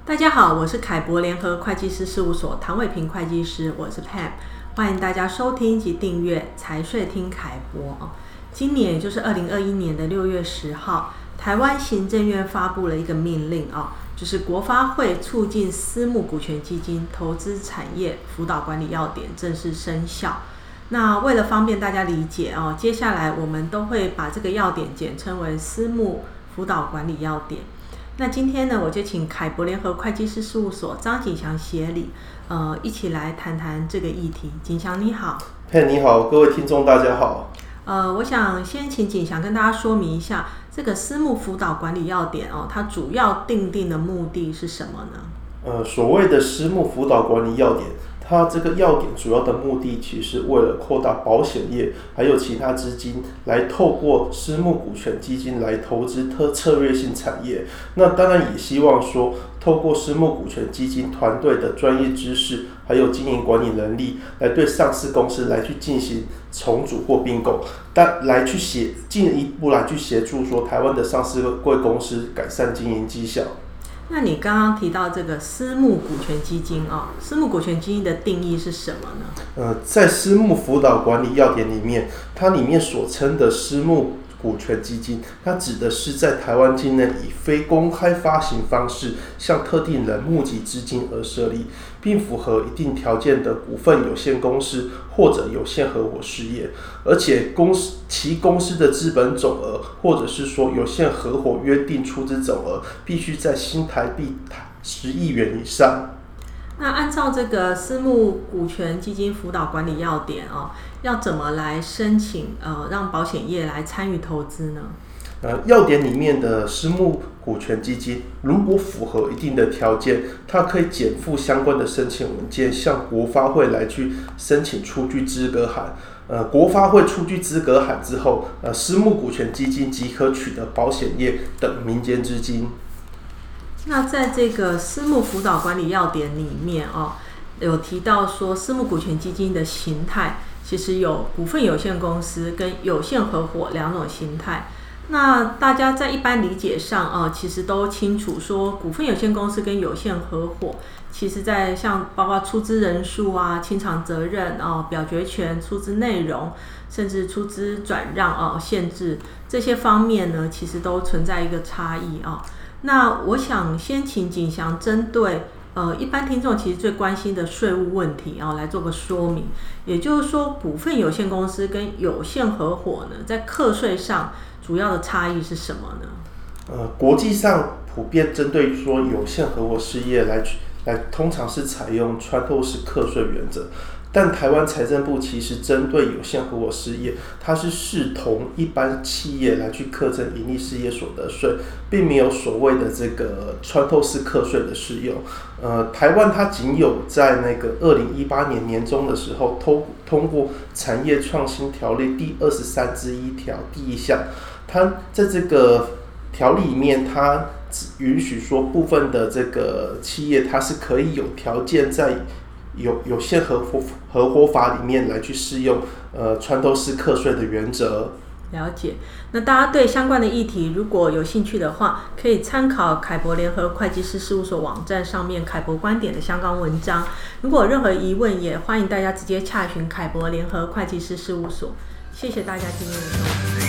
大家好，我是凯博联合会计师事务所唐伟平会计师，我是 Pam， 欢迎大家收听及订阅财税听凯博。今年也就是2021年的6月10号，台湾行政院发布了一个命令就是国发会促进私募股权基金投资产业辅导管理要点正式生效。那为了方便大家理解接下来我们都会把这个要点简称为私募辅导管理要点。那今天呢，我就请凯博联合会计师事务所张景祥协理，一起来谈谈这个议题。景祥你好。 嘿，你好，各位听众大家好。 我想先请景祥跟大家说明一下，这个私募辅导管理要点它主要定的目的是什么呢？ 所谓的私募辅导管理要点，它这个要点主要的目的其实是为了扩大保险业还有其他资金来透过私募股权基金来投资策略性产业。那当然也希望说透过私募股权基金团队的专业知识还有经营管理能力，来对上市公司来去进行重组或并购，但来去进一步来去协助说台湾的上市贵公司改善经营绩效。 那你刚刚提到这个私募股权基金私募股权基金的定义是什么呢？ 在私募辅导管理要点里面，它里面所称的私募股权基金，它指的是在台湾境内以非公开发行方式向特定人募集资金而设立，并符合一定条件的股份有限公司或者有限合伙事业，而且其公司的资本总额或者是说有限合伙约定出资总额必须在新台币10亿元以上。 那按照这个私募股权基金辅导管理要点要怎么来申请让保险业来参与投资呢？ 要点里面的私募股权基金如果符合一定的条件，它可以减负相关的申请文件，向国发会来去申请出具资格函。国发会出具资格函之后，私募股权基金即可取得保险业等民间资金。 那在这个私募辅导管理要点里面有提到说私募股权基金的形态其实有股份有限公司跟有限合伙两种形态。那大家在一般理解上其实都清楚说股份有限公司跟有限合伙其实在像包括出资人数清偿责任表决权、出资内容甚至出资转让限制这些方面呢，其实都存在一个差异那我想先请景祥针对一般听众其实最关心的税务问题来做个说明。也就是说股份有限公司跟有限合伙呢，在课税上主要的差异是什么呢？ 国际上普遍针对说有限合伙事业来通常是采用穿透式课税原则，但台湾财政部其实针对有限合伙事业，它是视同一般企业来去课征盈利事业所得税，并没有所谓的这个穿透式课税的适用。台湾它仅有在那个2018年年中的时候通过产业创新条例第23之1条第1项，它在这个条例里面，它允许说部分的这个企业，它是可以有条件在有限合伙法里面来去适用穿透式课税的原则。 了解。那大家对相关的议题如果有兴趣的话，可以参考凯博联合会计师事务所网站上面凯博观点的相关文章。如果有任何疑问，也欢迎大家直接洽询凯博联合会计师事务所。谢谢大家今天的收听。